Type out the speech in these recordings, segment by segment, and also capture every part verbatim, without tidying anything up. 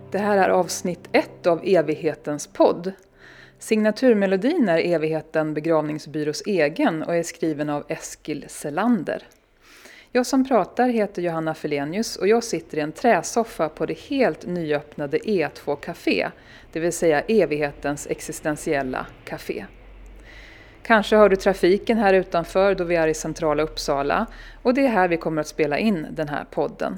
Det här är avsnitt ett av Evighetens podd. Signaturmelodin är Evigheten begravningsbyrås egen och är skriven av Eskil Selander. Jag som pratar heter Johanna Felenius och jag sitter i en träsoffa på det helt nyöppnade E två Café, det vill säga Evighetens existentiella café. Kanske hör du trafiken här utanför då vi är i centrala Uppsala och det är här vi kommer att spela in den här podden.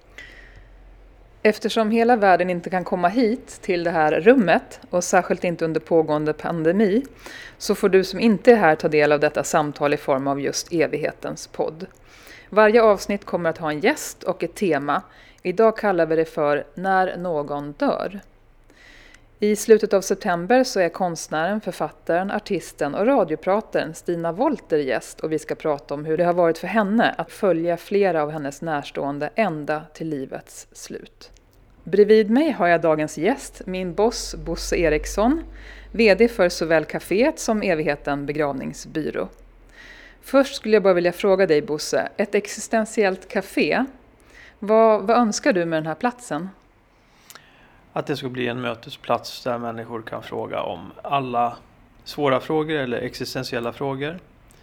Eftersom hela världen inte kan komma hit till det här rummet och särskilt inte under pågående pandemi så får du som inte är här ta del av detta samtal i form av just Evighetens podd. Varje avsnitt kommer att ha en gäst och ett tema. Idag kallar vi det för När någon dör. I slutet av september så är konstnären, författaren, artisten och radioprataren Stina Wolter gäst och vi ska prata om hur det har varit för henne att följa flera av hennes närstående ända till livets slut. Bredvid mig har jag dagens gäst, min boss Bosse Eriksson, vd för såväl kaféet som Evigheten begravningsbyrå. Först skulle jag bara vilja fråga dig Bosse, ett existentiellt café, vad, vad önskar du med den här platsen? Att det ska bli en mötesplats där människor kan fråga om alla svåra frågor eller existentiella frågor.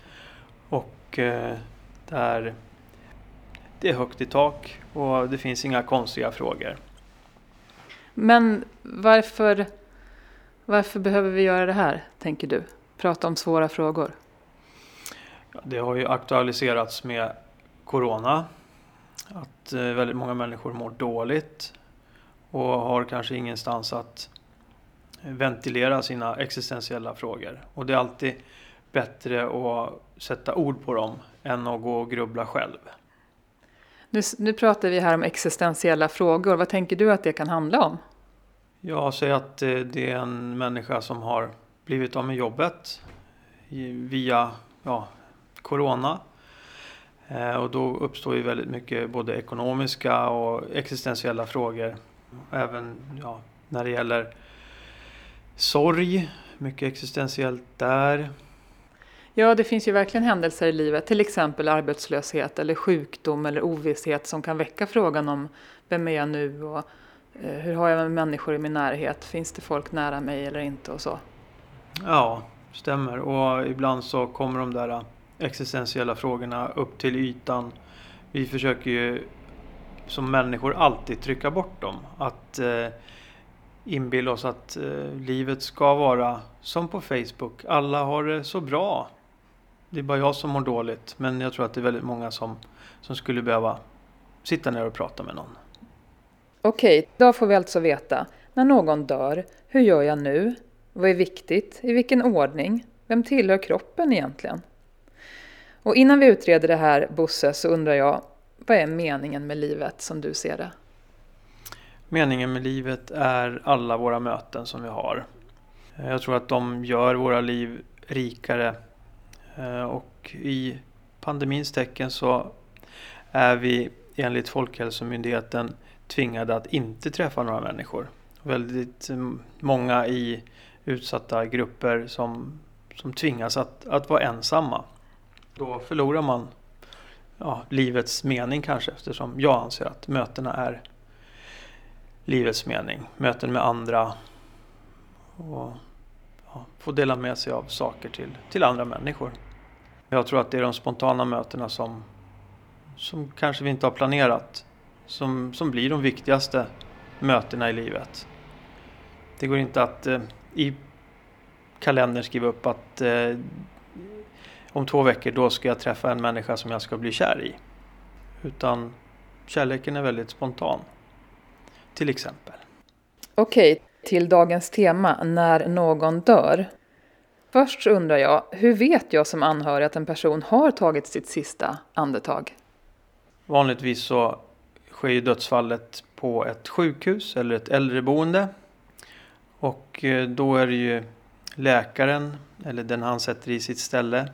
Och eh, där det är högt i tak och det finns inga konstiga frågor. Men varför, varför behöver vi göra det här, tänker du? Prata om svåra frågor. Ja, det har ju aktualiserats med corona. Att eh, väldigt många människor mår dåligt. Och har kanske ingenstans att ventilera sina existentiella frågor. Och det är alltid bättre att sätta ord på dem än att gå och grubbla själv. Nu, nu pratar vi här om existentiella frågor. Vad tänker du att det kan handla om? Jag säger att det är en människa som har blivit av med jobbet via ja, corona. Och då uppstår ju väldigt mycket både ekonomiska och existentiella frågor. Även ja, när det gäller sorg, mycket existentiellt där. Ja, det finns ju verkligen händelser i livet, till exempel arbetslöshet eller sjukdom eller ovisshet som kan väcka frågan om vem är jag nu och eh, hur har jag med människor i min närhet, finns det folk nära mig eller inte och så. Ja, stämmer. Och ibland så kommer de där existentiella frågorna upp till ytan. Vi försöker ju som människor alltid trycka bort dem. Att eh, inbilla oss att eh, livet ska vara som på Facebook. Alla har det så bra. Det är bara jag som mår dåligt. Men jag tror att det är väldigt många som, som skulle behöva sitta ner och prata med någon. Okej, då får vi alltså veta. När någon dör, hur gör jag nu? Vad är viktigt? I vilken ordning? Vem tillhör kroppen egentligen? Och innan vi utreder det här, Bosse, så undrar jag, vad är meningen med livet som du ser det? Meningen med livet är alla våra möten som vi har. Jag tror att de gör våra liv rikare. Och i pandemins tecken så är vi enligt Folkhälsomyndigheten tvingade att inte träffa några människor. Väldigt många i utsatta grupper som, som tvingas att, att vara ensamma. Då förlorar man ja, livets mening kanske, eftersom jag anser att mötena är livets mening. Möten med andra och ja, få dela med sig av saker till, till andra människor. Jag tror att det är de spontana mötena som, som kanske vi inte har planerat som, som blir de viktigaste mötena i livet. Det går inte att eh, i kalendern skriva upp att eh, om två veckor då ska jag träffa en människa som jag ska bli kär i. Utan kärleken är väldigt spontan. Till exempel. Okej, till dagens tema, när någon dör. Först undrar jag, hur vet jag som anhörig att en person har tagit sitt sista andetag? Vanligtvis så sker ju dödsfallet på ett sjukhus eller ett äldreboende. Och då är det ju läkaren eller den han sätter i sitt ställe.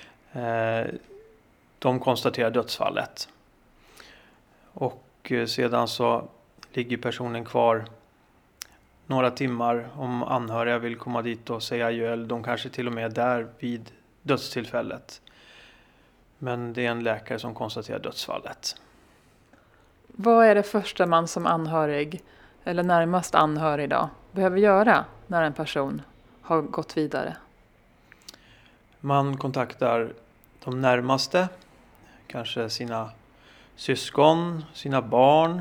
De konstaterar dödsfallet. Och sedan så ligger personen kvar några timmar om anhöriga vill komma dit och säga adjö. Eller de kanske till och med är där vid dödstillfället. Men det är en läkare som konstaterar dödsfallet. Vad är det första man som anhörig eller närmast anhörig då behöver göra när en person har gått vidare? Man kontaktar de närmaste, kanske sina syskon, sina barn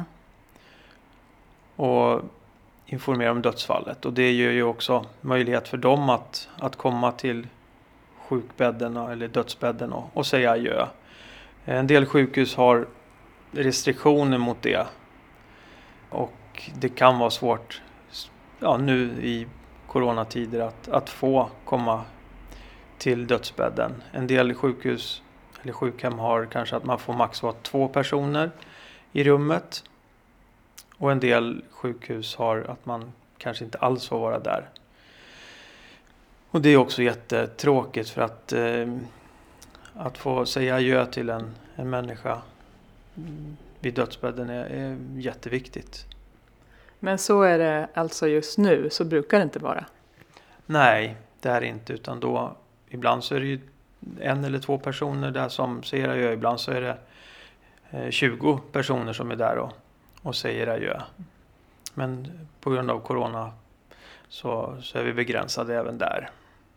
och informerar om dödsfallet. Och det ger ju också möjlighet för dem att, att komma till sjukbädden eller dödsbädden och, och säga adjö. En del sjukhus har restriktioner mot det. Och det kan vara svårt ja, nu i coronatider att, att få komma till dödsbädden. En del sjukhus eller sjukhem har kanske att man får max vara två personer i rummet. Och en del sjukhus har att man kanske inte alls får vara där. Och det är också jättetråkigt för att, eh, att få säga adjö till en, en människa vid dödsbädden är, är jätteviktigt. Men så är det alltså just nu, så brukar det inte vara? Nej, det är inte, utan då ibland så är det ju en eller två personer där som säger adjö. Ibland så är det eh, tjugo personer som är där och, och säger adjö. Men på grund av corona så, så är vi begränsade även där.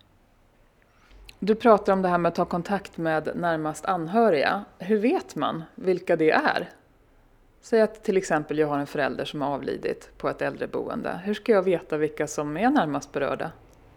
Du pratar om det här med att ta kontakt med närmast anhöriga. Hur vet man vilka det är? Säg att till exempel jag har en förälder som har avlidit på ett äldreboende. Hur ska jag veta vilka som är närmast berörda?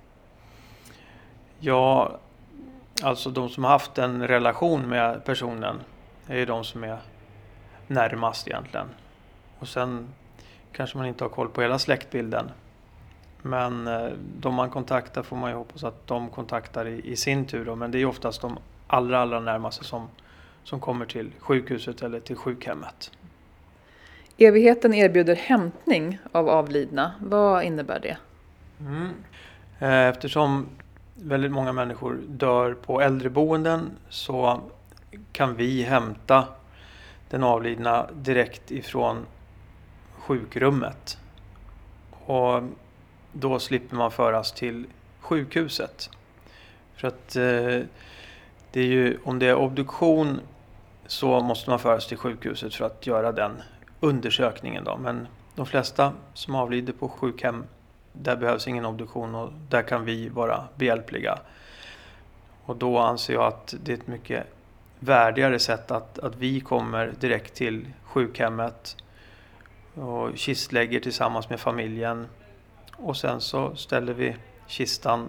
Ja, alltså de som har haft en relation med personen är ju de som är närmast egentligen. Och sen kanske man inte har koll på hela släktbilden. Men de man kontaktar får man ju hoppas att de kontaktar i, i sin tur. Då. Men det är oftast de allra, allra närmaste som, som kommer till sjukhuset eller till sjukhemmet. Evigheten erbjuder hämtning av avlidna. Vad innebär det? Mm. Eftersom väldigt många människor dör på äldreboenden så kan vi hämta den avlidna direkt ifrån sjukrummet. Och då slipper man föras till sjukhuset. För att eh, det är ju, om det är obduktion så måste man föras till sjukhuset för att göra den undersökningen då. Men de flesta som avlider på sjukhem, där behövs ingen obduktion och där kan vi vara behjälpliga. Och då anser jag att det är ett mycket värdigare sätt att, att vi kommer direkt till sjukhemmet och kistlägger tillsammans med familjen. Och sen så ställer vi kistan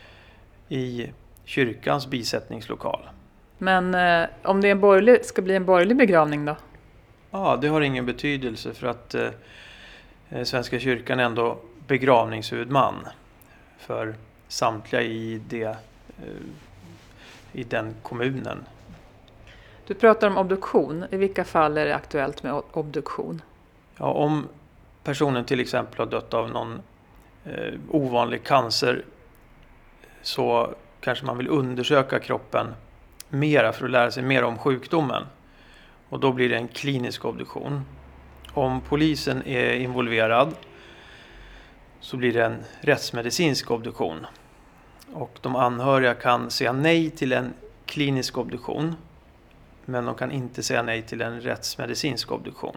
i kyrkans bisättningslokal. Men eh, om det är en borgerlig, ska bli en borgerlig begravning då? Ja, det har ingen betydelse för att eh, Svenska kyrkan är ändå begravningshuvudman för samtliga i, det, eh, i den kommunen. Du pratar om obduktion. I vilka fall är det aktuellt med obduktion? Ja, om personen till exempel har dött av någon eh, ovanlig cancer så kanske man vill undersöka kroppen mera för att lära sig mer om sjukdomen. Och då blir det en klinisk obduktion. Om polisen är involverad så blir det en rättsmedicinsk obduktion. Och de anhöriga kan säga nej till en klinisk obduktion. Men de kan inte säga nej till en rättsmedicinsk obduktion.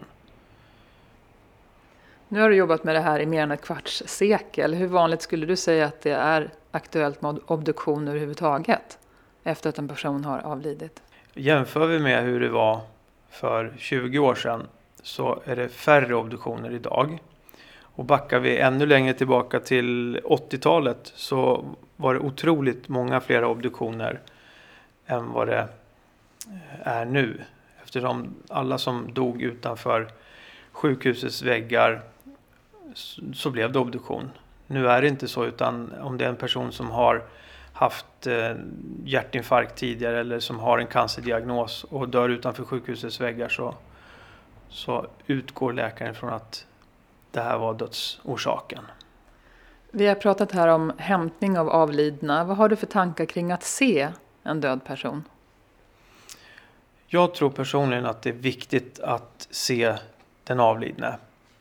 Nu har du jobbat med det här i mer än ett kvarts sekel. Hur vanligt skulle du säga att det är aktuellt med obduktion överhuvudtaget efter att en person har avlidit? Jämför vi med hur det var för tjugo år sedan så är det färre obduktioner idag. Och backar vi ännu längre tillbaka till åttiotalet så var det otroligt många fler obduktioner än vad det är nu. Eftersom alla som dog utanför sjukhusets väggar så blev det obduktion. Nu är det inte så, utan om det är en person som har haft eh, hjärtinfarkt tidigare eller som har en cancerdiagnos och dör utanför sjukhusets väggar så, så utgår läkaren från att det här var dödsorsaken. Vi har pratat här om hämtning av avlidna. Vad har du för tankar kring att se en död person? Jag tror personligen att det är viktigt att se den avlidne.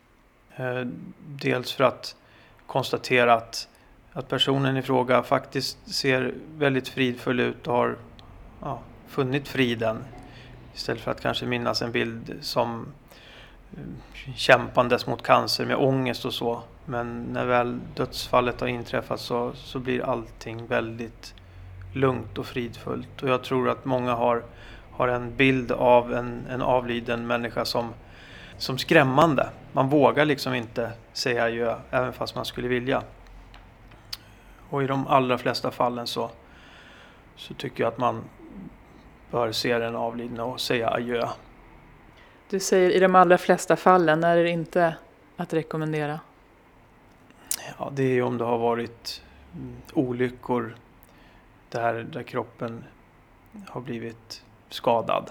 Dels för att konstatera att, att personen i fråga faktiskt ser väldigt fridfull ut och har ja, funnit friden. Istället för att kanske minnas en bild som kämpandes mot cancer med ångest och så. Men när väl dödsfallet har inträffat så, så blir allting väldigt lugnt och fridfullt. Och jag tror att många har, har en bild av en, en avliden människa som, som skrämmande. Man vågar liksom inte säga adjö även fast man skulle vilja. Och i de allra flesta fallen så, så tycker jag att man bör se den avlidna och säga adjö. Du säger i de allra flesta fallen, är det inte att rekommendera? Ja, det är om det har varit olyckor där, där kroppen har blivit skadad.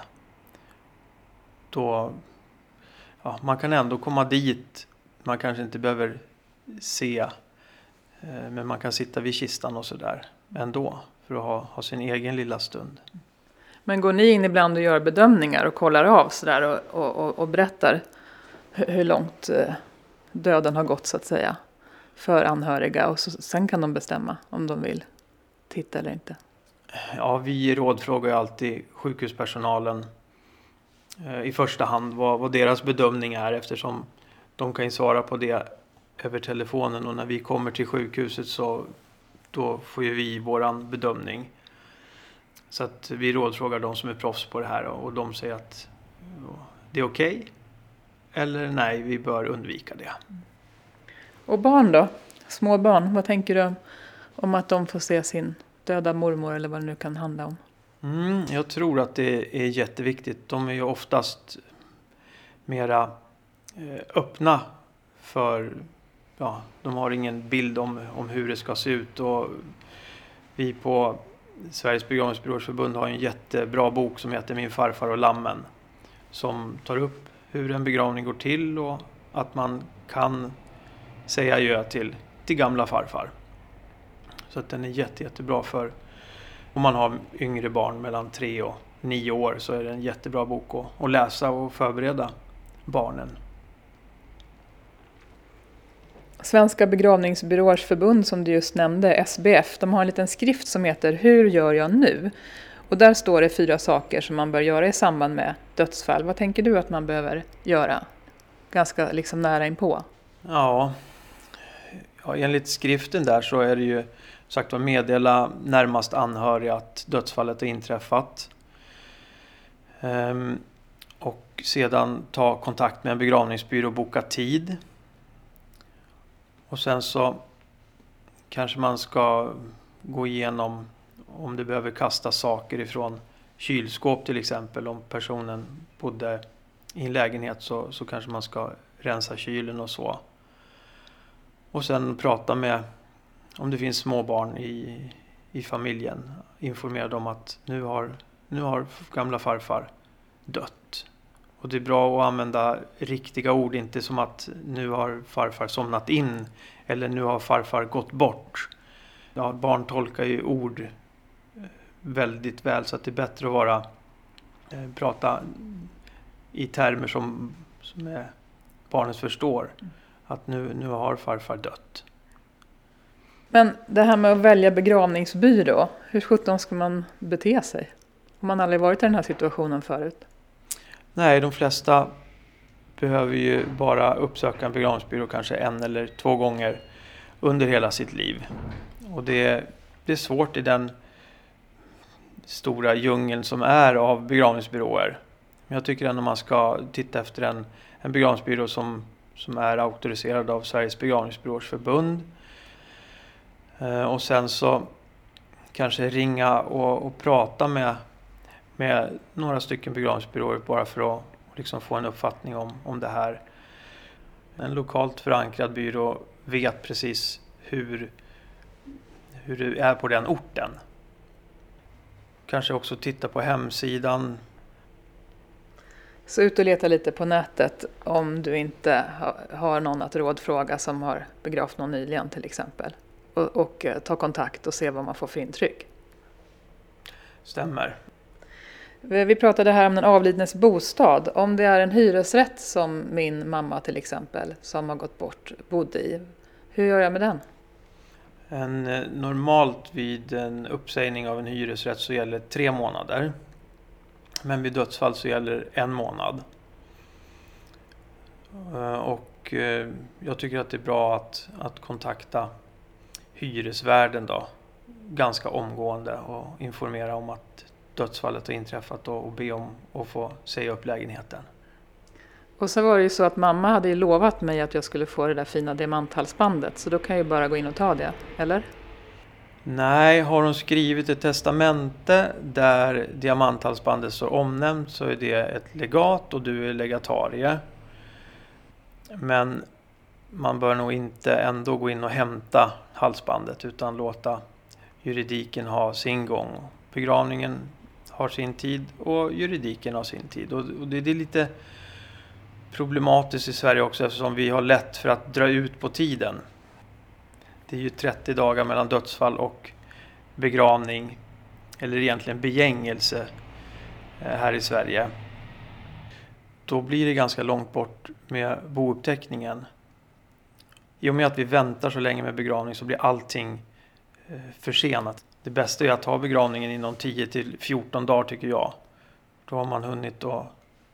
Då, ja, man kan ändå komma dit. Man kanske inte behöver se, eh, men man kan sitta vid kistan och sådär ändå för att ha, ha sin egen lilla stund. Men går ni in ibland och gör bedömningar och kollar av sådär och, och, och, och berättar hur, hur långt eh, döden har gått så att säga för anhöriga, och så, sen kan de bestämma om de vill titta eller inte? Ja, vi rådfrågar ju alltid sjukhuspersonalen eh, i första hand vad, vad deras bedömning är, eftersom de kan ju svara på det över telefonen, och när vi kommer till sjukhuset så då får ju vi våran bedömning. Så att vi rådfrågar de som är proffs på det här, och de säger att det är okej okay, eller nej, vi bör undvika det. Och barn då? Små barn, vad tänker du om att de får se sin döda mormor eller vad det nu kan handla om? Mm, jag tror att det är jätteviktigt. De är ju oftast mera eh, öppna för, ja, de har ingen bild om, om hur det ska se ut, och vi på Sveriges begravningsbyråers förbund har en jättebra bok som heter Min farfar och lammen, som tar upp hur en begravning går till och att man kan säga adjö till, till gamla farfar. Så att den är jätte, jättebra för om man har yngre barn mellan tre och nio år, så är det en jättebra bok att, att läsa och förbereda barnen. Svenska begravningsbyråers förbund som du just nämnde, S B F, de har en liten skrift som heter Hur gör jag nu? Och där står det fyra saker som man bör göra i samband med dödsfall. Vad tänker du att man behöver göra ganska liksom nära inpå? Ja, ja enligt skriften där så är det ju sagt att meddela närmast anhöriga att dödsfallet har inträffat. Ehm, och sedan ta kontakt med en begravningsbyrå och boka tid. Och sen så kanske man ska gå igenom om det behöver kasta saker ifrån kylskåp till exempel. Om personen bodde i en lägenhet så, så kanske man ska rensa kylen och så. Och sen prata med, om det finns små barn i, i familjen, informera dem att nu har, nu har gamla farfar dött. Och det är bra att använda riktiga ord, inte som att nu har farfar somnat in eller nu har farfar gått bort. Ja, barn tolkar ju ord väldigt väl, så att det är bättre att vara, eh, prata i termer som, som är, barnet förstår. Att nu, nu har farfar dött. Men det här med att välja begravningsbyrå, hur sjutton ska man bete sig? Om man aldrig varit i den här situationen förut. Nej, de flesta behöver ju bara uppsöka en begravningsbyrå kanske en eller två gånger under hela sitt liv. Och det, det är svårt i den stora djungeln som är av begravningsbyråer. Men jag tycker ändå man ska titta efter en, en begravningsbyrå som, som är auktoriserad av Sveriges begravningsbyråers förbund. Eh, och sen så kanske ringa och, och prata med med några stycken begravningsbyråer bara för att liksom få en uppfattning om, om det här. En lokalt förankrad byrå vet precis hur, hur det är på den orten. Kanske också titta på hemsidan. Så ut och leta lite på nätet om du inte har någon att rådfråga som har begravt någon nyligen till exempel. Och, och ta kontakt och se vad man får för intryck. Stämmer. Vi pratade här om den avlidnes bostad. Om det är en hyresrätt som min mamma till exempel som har gått bort bodde i. Hur gör jag med den? En, normalt vid en uppsägning av en hyresrätt så gäller tre månader. Men vid dödsfall så gäller en månad. Och jag tycker att det är bra att, att kontakta hyresvärden då, ganska omgående och informera om att dödsfallet har inträffat och, och be om att få säga upp lägenheten. Och så var det ju så att mamma hade ju lovat mig att jag skulle få det där fina diamanthalsbandet, så då kan jag ju bara gå in och ta det, eller? Nej, har hon skrivit ett testamente där diamanthalsbandet står omnämnt så är det ett legat och du är legatarie. Men man bör nog inte ändå gå in och hämta halsbandet utan låta juridiken ha sin gång. Begravningen har sin tid och juridiken har sin tid. Och det är lite problematiskt i Sverige också eftersom vi har lätt för att dra ut på tiden. Det är ju trettio dagar mellan dödsfall och begravning, eller egentligen begängelse här i Sverige. Då blir det ganska långt bort med bouppteckningen. I och med att vi väntar så länge med begravning så blir allting försenat. Det bästa är att ta begravningen inom tio till fjorton dagar tycker jag. Då har man hunnit att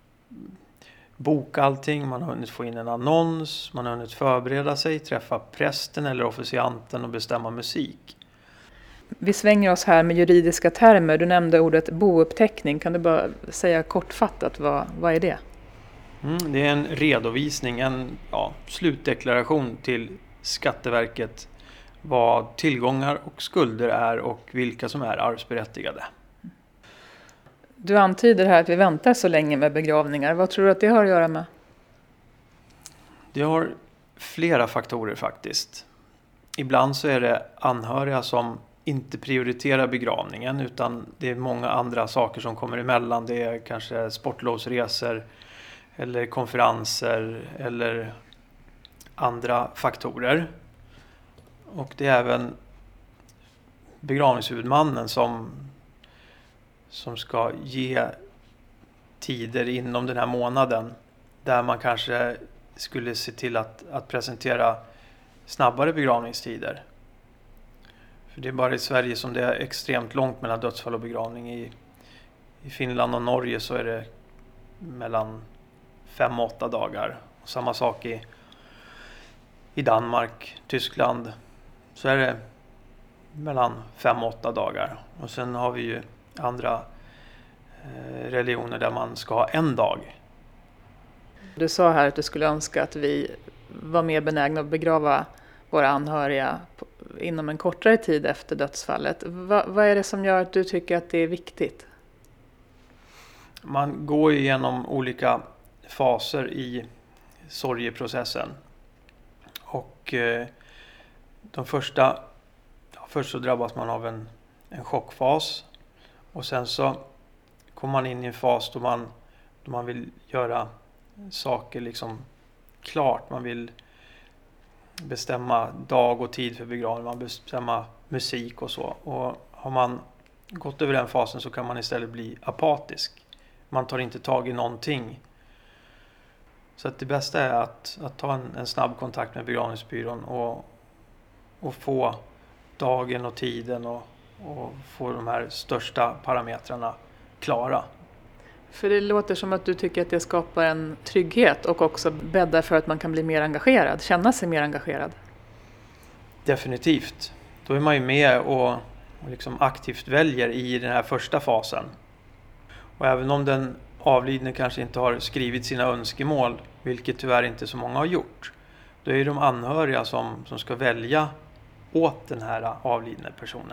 boka allting, man har hunnit få in en annons, man har hunnit förbereda sig, träffa prästen eller officianten och bestämma musik. Vi svänger oss här med juridiska termer. Du nämnde ordet bouppteckning. Kan du bara säga kortfattat, vad, vad är det? Mm, det är en redovisning, en ja, slutdeklaration till Skatteverket vad tillgångar och skulder är och vilka som är arvsberättigade. Du antyder här att vi väntar så länge med begravningar. Vad tror du att det har att göra med? Det har flera faktorer faktiskt. Ibland så är det anhöriga som inte prioriterar begravningen utan det är många andra saker som kommer emellan. Det är kanske sportlovsresor eller konferenser eller andra faktorer. Och det är även begravningshuvudmannen som, som ska ge tider inom den här månaden där man kanske skulle se till att, att presentera snabbare begravningstider. För det är bara i Sverige som det är extremt långt mellan dödsfall och begravning. I, i Finland och Norge så är det mellan fem och åtta dagar. Och samma sak i, i Danmark, Tyskland så är det mellan fem och åtta dagar. Och sen har vi ju andra eh, religioner där man ska ha en dag. Du sa här att du skulle önska att vi var mer benägna att begrava våra anhöriga inom en kortare tid efter dödsfallet. Va, vad är det som gör att du tycker att det är viktigt? Man går igenom olika faser i sorgeprocessen. Och eh, de första, ja, först så drabbas man av en, en chockfas. Och sen så kommer man in i en fas då man, då man vill göra saker liksom klart. Man vill bestämma dag och tid för begravning, man bestämma musik och så. Och har man gått över den fasen så kan man istället bli apatisk. Man tar inte tag i någonting. Så att det bästa är att, att ta en, en snabb kontakt med begravningsbyrån och, och få dagen och tiden och, och få de här största parametrarna klara. För det låter som att du tycker att det skapar en trygghet och också bäddar för att man kan bli mer engagerad, känna sig mer engagerad. Definitivt. Då är man ju med och, och liksom aktivt väljer i den här första fasen. Och även om den avlidne kanske inte har skrivit sina önskemål, vilket tyvärr inte så många har gjort, då är det de anhöriga som, som ska välja åt den här avlidne personen.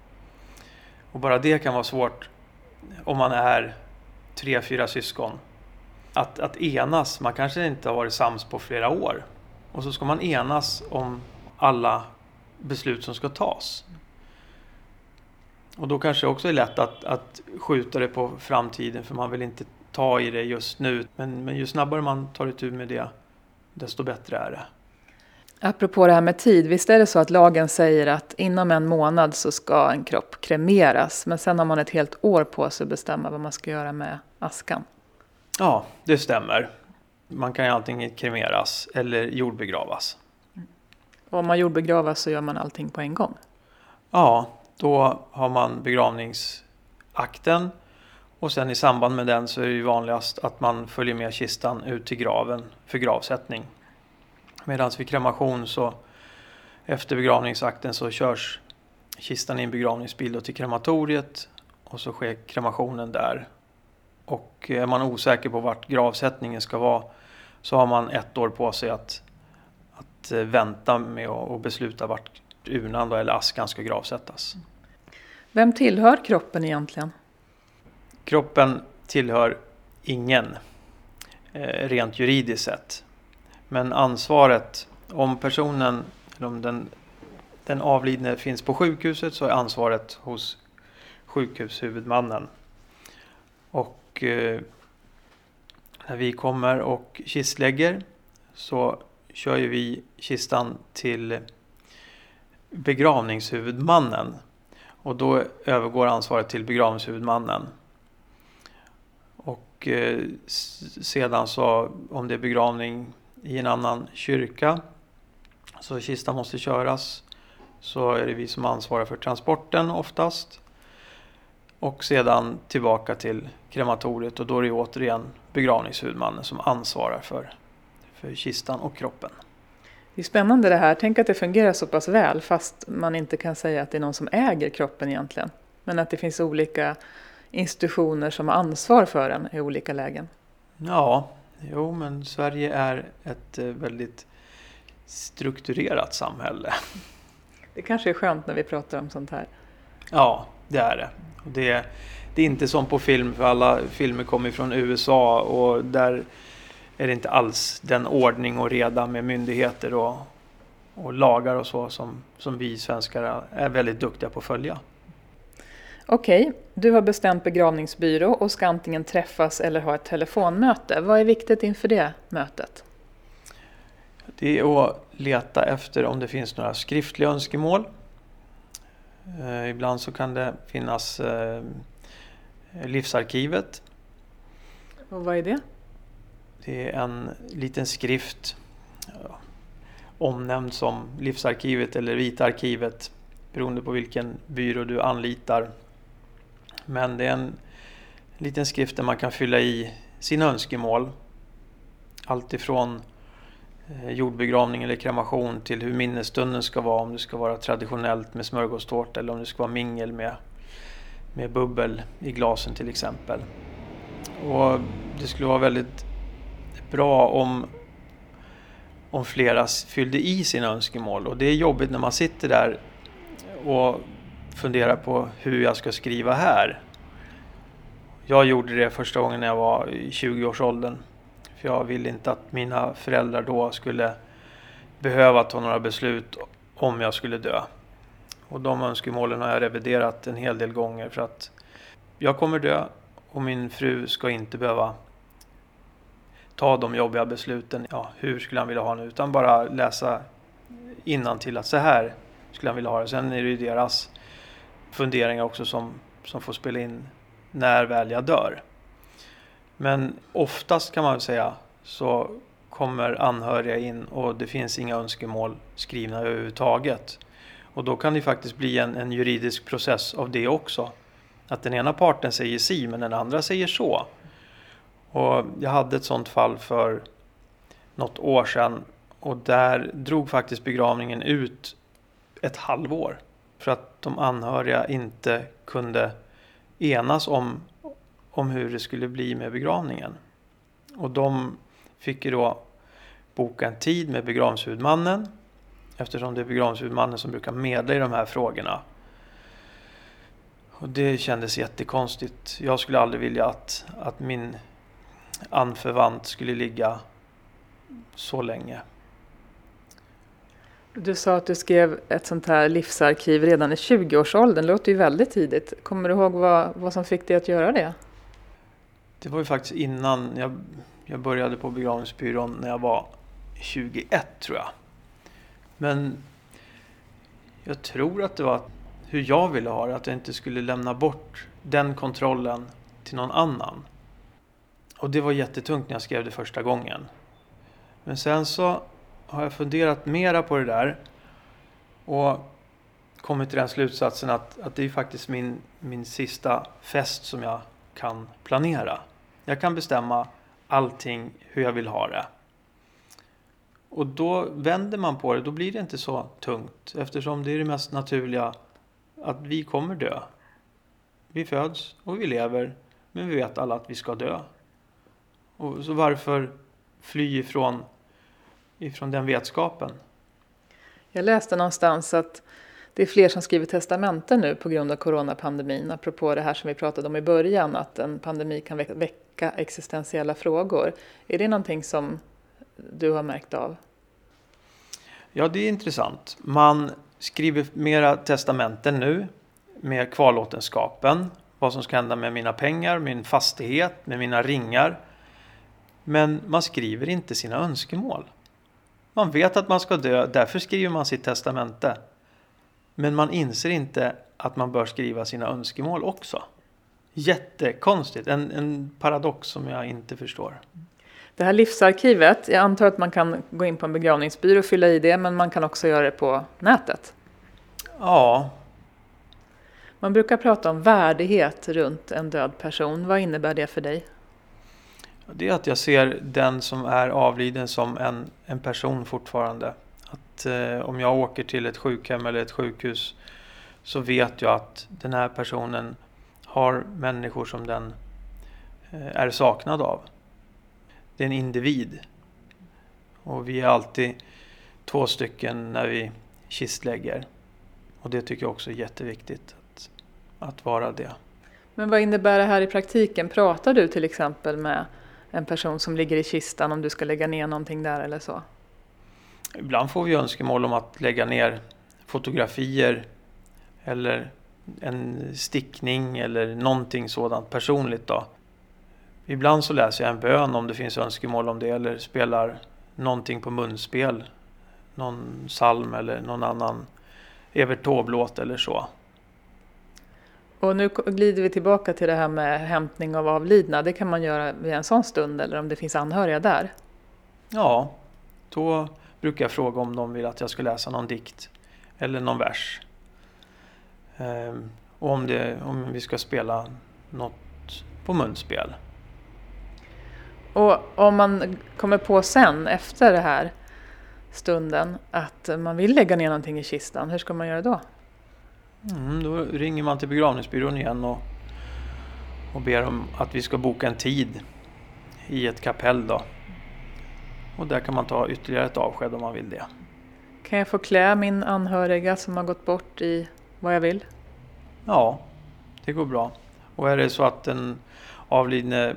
Och bara det kan vara svårt om man är tre, fyra syskon. Att, att enas, man kanske inte har varit sams på flera år. Och så ska man enas om alla beslut som ska tas. Och då kanske det också är lätt att, att skjuta det på framtiden för man vill inte ta i det just nu. Men, men ju snabbare man tar itu med det, desto bättre är det. Apropå det här med tid, visst är det så att lagen säger att inom en månad så ska en kropp kremeras. Men sen har man ett helt år på sig att bestämma vad man ska göra med askan. Ja, det stämmer. Man kan ju antingen kremeras eller jordbegravas. Och om man jordbegravas så gör man allting på en gång? Ja, då har man begravningsakten Och sen i samband med den så är det ju vanligast att man följer med kistan ut till graven för gravsättning. Medan vid kremation så efter begravningsakten så körs kistan i en begravningsbil till krematoriet och så sker kremationen där. Och är man osäker på vart gravsättningen ska vara så har man ett år på sig att, att vänta med att besluta vart urnan då, eller askan ska gravsättas. Vem tillhör kroppen egentligen? Kroppen tillhör ingen eh, rent juridiskt sett. Men ansvaret, om personen, om den, den avlidne finns på sjukhuset så är ansvaret hos sjukhushuvudmannen. Och eh, när vi kommer och kistlägger så kör ju vi kistan till begravningshuvudmannen. Och då övergår ansvaret till begravningshuvudmannen. Och eh, sedan så om det är begravning i en annan kyrka så kistan måste köras, så är det vi som ansvarar för transporten oftast. Och sedan tillbaka till krematoriet och då är det återigen begravningshuvudmannen som ansvarar för, för kistan och kroppen. Det är spännande det här. Tänk att det fungerar så pass väl fast man inte kan säga att det är någon som äger kroppen egentligen. Men att det finns olika institutioner som har ansvar för den i olika lägen. Ja, jo men Sverige är ett väldigt strukturerat samhälle. Det kanske är skönt när vi pratar om sånt här. Ja, det är det. Och det, det är inte som på film, för alla filmer kommer från U S A och där är det inte alls den ordning och reda med myndigheter och, och lagar och så som, som vi svenskar är väldigt duktiga på att följa. Okej, du har bestämt begravningsbyrå och ska antingen träffas eller ha ett telefonmöte. Vad är viktigt inför det mötet? Det är att leta efter om det finns några skriftliga önskemål. Eh, ibland så kan det finnas eh, livsarkivet. Och vad är det? Det är en liten skrift ja, omnämnd som livsarkivet eller vitarkivet beroende på vilken byrå du anlitar. Men det är en liten skrift där man kan fylla i sina önskemål. Allt ifrån eh, jordbegravning eller kremation till hur minnesstunden ska vara. Om det ska vara traditionellt med smörgåstårta eller om det ska vara mingel med, med bubbel i glasen till exempel. Och det skulle vara väldigt bra om, om flera fyllde i sina önskemål. Och det är jobbigt när man sitter där och funderar på hur jag ska skriva här. Jag gjorde det första gången när jag var i tjugo-årsåldern. För jag ville inte att mina föräldrar då skulle behöva ta några beslut om jag skulle dö. Och de önskemålen har jag reviderat en hel del gånger för att jag kommer dö och min fru ska inte behöva ta de jobbiga besluten. Ja, hur skulle han vilja ha det? Utan bara läsa innantill att så här skulle han vilja ha det. Sen är det ju deras funderingar också som, som får spela in när väl jag dör. Men oftast kan man väl säga så kommer anhöriga in och det finns inga önskemål skrivna överhuvudtaget. Och då kan det faktiskt bli en, en juridisk process av det också. Att den ena parten säger si men den andra säger så. Och jag hade ett sånt fall för något år sedan och där drog faktiskt begravningen ut ett halvår. För att de anhöriga inte kunde enas om, om hur det skulle bli med begravningen. Och de fick ju då boka en tid med begravningshuvudmannen. Eftersom det är begravningshuvudmannen som brukar medla i de här frågorna. Och det kändes jättekonstigt. Jag skulle aldrig vilja att, att min anförvant skulle ligga så länge. Du sa att du skrev ett sånt här livsarkiv redan i tjugo-årsåldern. Det låter ju väldigt tidigt. Kommer du ihåg vad, vad som fick dig att göra det? Det var ju faktiskt innan jag, jag började på begravningsbyrån när jag var tjugoett tror jag. Men jag tror att det var hur jag ville ha det. Att jag inte skulle lämna bort den kontrollen till någon annan. Och det var jättetungt när jag skrev det första gången. Men sen så har jag funderat mera på det där. Och kommit till den slutsatsen att, att det är faktiskt min, min sista fest som jag kan planera. Jag kan bestämma allting hur jag vill ha det. Och då vänder man på det, då blir det inte så tungt. Eftersom det är det mest naturliga att vi kommer dö. Vi föds och vi lever, men vi vet alla att vi ska dö. Och så varför fly ifrån, ifrån den vetskapen? Jag läste någonstans att det är fler som skriver testamenten nu på grund av coronapandemin. Apropå det här som vi pratade om i början, att en pandemi kan väcka existentiella frågor. Är det någonting som du har märkt av? Ja, det är intressant. Man skriver mera testamenten nu med kvarlåtenskapen. Vad som ska hända med mina pengar, min fastighet, med mina ringar. Men man skriver inte sina önskemål. Man vet att man ska dö, därför skriver man sitt testamente. Men man inser inte att man bör skriva sina önskemål också. Jättekonstigt, en, en paradox som jag inte förstår. Det här livsarkivet, jag antar att man kan gå in på en begravningsbyrå och fylla i det, men man kan också göra det på nätet. Ja. Man brukar prata om värdighet runt en död person. Vad innebär det för dig? Det är att jag ser den som är avliden som en, en person fortfarande. Att eh, om jag åker till ett sjukhem eller ett sjukhus så vet jag att den här personen har människor som den eh, är saknad av. Det är en individ. Och vi är alltid två stycken när vi kistlägger. Och det tycker jag också är jätteviktigt att, att vara det. Men vad innebär det här i praktiken? Pratar du till exempel med en person som ligger i kistan om du ska lägga ner någonting där eller så? Ibland får vi önskemål om att lägga ner fotografier eller en stickning eller någonting sådant personligt då. Ibland så läser jag en bön om det finns önskemål om det eller spelar någonting på munspel. Någon psalm eller någon annan Evert Taube-låt eller så. Och nu glider vi tillbaka till det här med hämtning av avlidna. Det kan man göra vid en sån stund eller om det finns anhöriga där? Ja, då brukar jag fråga om de vill att jag ska läsa någon dikt eller någon vers. Ehm, och om, det, om vi ska spela något på munspel. Och om man kommer på sen efter det här stunden att man vill lägga ner någonting i kistan, hur ska man göra då? Mm, då ringer man till begravningsbyrån igen och, och ber om att vi ska boka en tid i ett kapell då. Och där kan man ta ytterligare ett avsked om man vill det. Kan jag få klä min anhöriga som har gått bort i vad jag vill? Ja, det går bra. Och är det så att den avlidne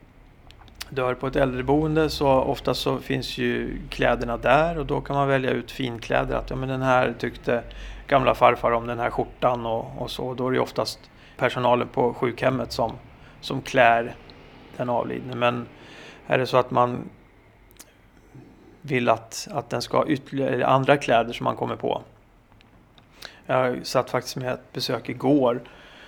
dör på ett äldreboende så ofta så finns ju kläderna där och då kan man välja ut finkläder. Att ja, men den här tyckte gamla farfar om den här skjortan och, och så. Då är det oftast personalen på sjukhemmet som, som klär den avlidne. Men är det så att man vill att, att den ska ha ytterligare andra kläder som man kommer på. Jag satt faktiskt med ett besök igår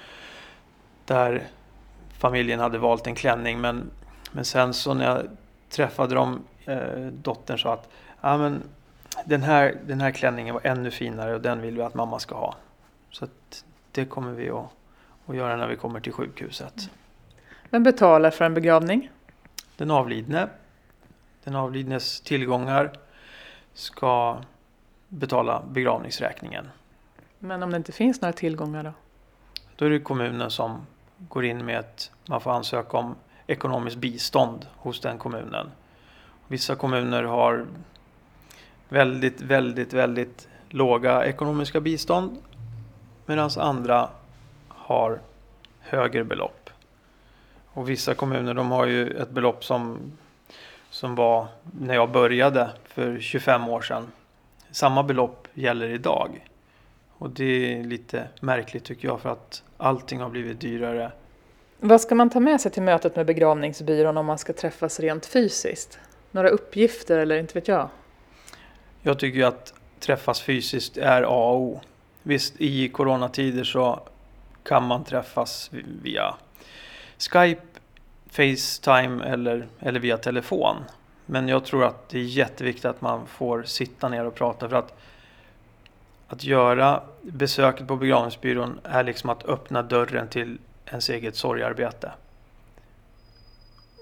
där familjen hade valt en klänning men, men sen så när jag träffade dem, eh, dottern sa att ja, men den, här, den här klänningen var ännu finare och den vill vi att mamma ska ha. Så att det kommer vi att, att göra när vi kommer till sjukhuset. Vem betalar för en begravning? Den avlidne. Den avlidnes tillgångar ska betala begravningsräkningen. Men om det inte finns några tillgångar då? Då är det kommunen som går in med ett, man får ansöka om ekonomiskt bistånd hos den kommunen. Vissa kommuner har väldigt, väldigt, väldigt låga ekonomiska bistånd medan andra har högre belopp. Och vissa kommuner de har ju ett belopp som, som var när jag började för tjugofem år sedan. Samma belopp gäller idag. Och det är lite märkligt tycker jag för att allting har blivit dyrare. Vad ska man ta med sig till mötet med begravningsbyrån om man ska träffas rent fysiskt? Några uppgifter eller inte vet jag? Jag tycker ju att träffas fysiskt är A och O. Visst, i coronatider så kan man träffas via Skype, FaceTime eller, eller via telefon. Men jag tror att det är jätteviktigt att man får sitta ner och prata för att Att göra besöket på begravningsbyrån är liksom att öppna dörren till ens eget sorgarbete.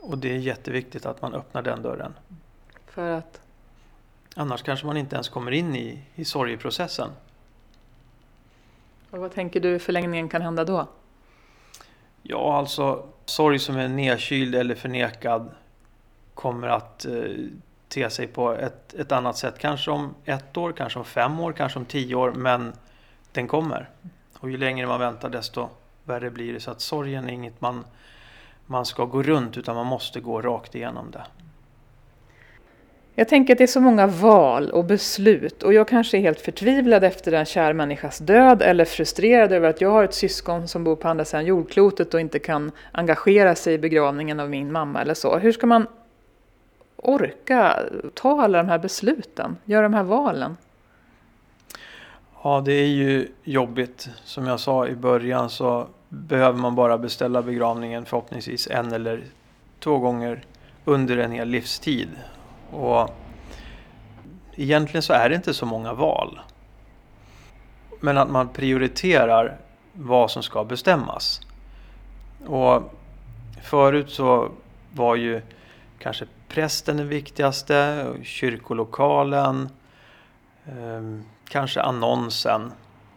Och det är jätteviktigt att man öppnar den dörren. För att? Annars kanske man inte ens kommer in i, i sorgeprocessen. Och vad tänker du i förlängningen kan hända då? Ja, alltså sorg som är nedkyld eller förnekad kommer att eh, te sig på ett, ett annat sätt. Kanske om ett år, kanske om fem år, kanske om tio år. Men den kommer. Och ju längre man väntar desto värre blir det. Så att sorgen är inget man, man ska gå runt, utan man måste gå rakt igenom det. Jag tänker att det är så många val och beslut, och jag kanske är helt förtvivlad efter en kär människas död eller frustrerad över att jag har ett syskon som bor på andra sidan jordklotet och inte kan engagera sig i begravningen av min mamma eller så. Hur ska man orka ta alla de här besluten, göra de här valen? Ja, det är ju jobbigt. Som jag sa i början så behöver man bara beställa begravningen förhoppningsvis en eller två gånger under en hel livstid. Och egentligen så är det inte så många val. Men att man prioriterar vad som ska bestämmas. Och förut så var ju kanske prästen den viktigaste, kyrkolokalen, eh, kanske annonsen.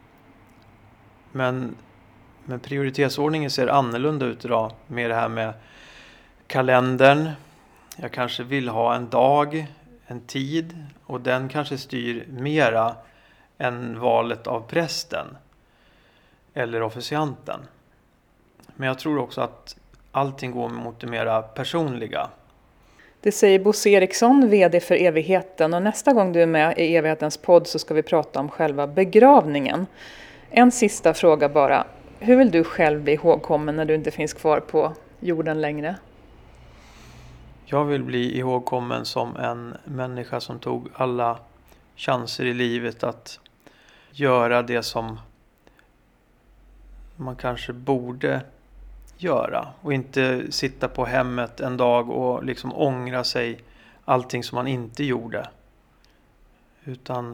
Men, men prioritetsordningen ser annorlunda ut idag med det här med kalendern. Jag kanske vill ha en dag, en tid, och den kanske styr mera än valet av prästen eller officianten. Men jag tror också att allting går mot det mera personliga. Det säger Bosse Eriksson, vd för Evigheten, och nästa gång du är med i Evighetens podd så ska vi prata om själva begravningen. En sista fråga bara. Hur vill du själv bli ihågkommen när du inte finns kvar på jorden längre? Jag vill bli ihågkommen som en människa som tog alla chanser i livet att göra det som man kanske borde göra. Och inte sitta på hemmet en dag och liksom ångra sig allting som man inte gjorde. Utan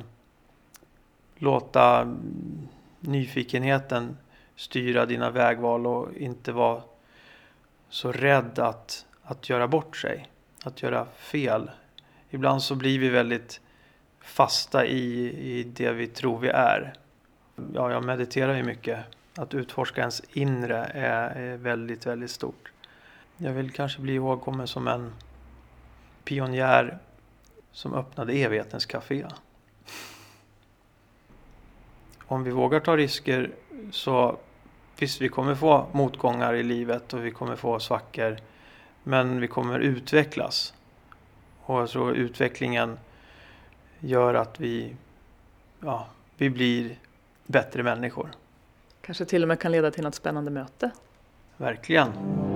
låta nyfikenheten styra dina vägval och inte vara så rädd att, att göra bort sig. Att göra fel. Ibland så blir vi väldigt fasta i, i det vi tror vi är. Ja, jag mediterar ju mycket. Att utforska ens inre är, är väldigt, väldigt stort. Jag vill kanske bli ihågkommen som en pionjär som öppnade evighetens café. Om vi vågar ta risker så visst, vi kommer få motgångar i livet och vi kommer få svackor. Men vi kommer utvecklas. Och jag tror utvecklingen gör att vi, ja, vi blir bättre människor. Kanske till och med kan leda till något spännande möte. Verkligen.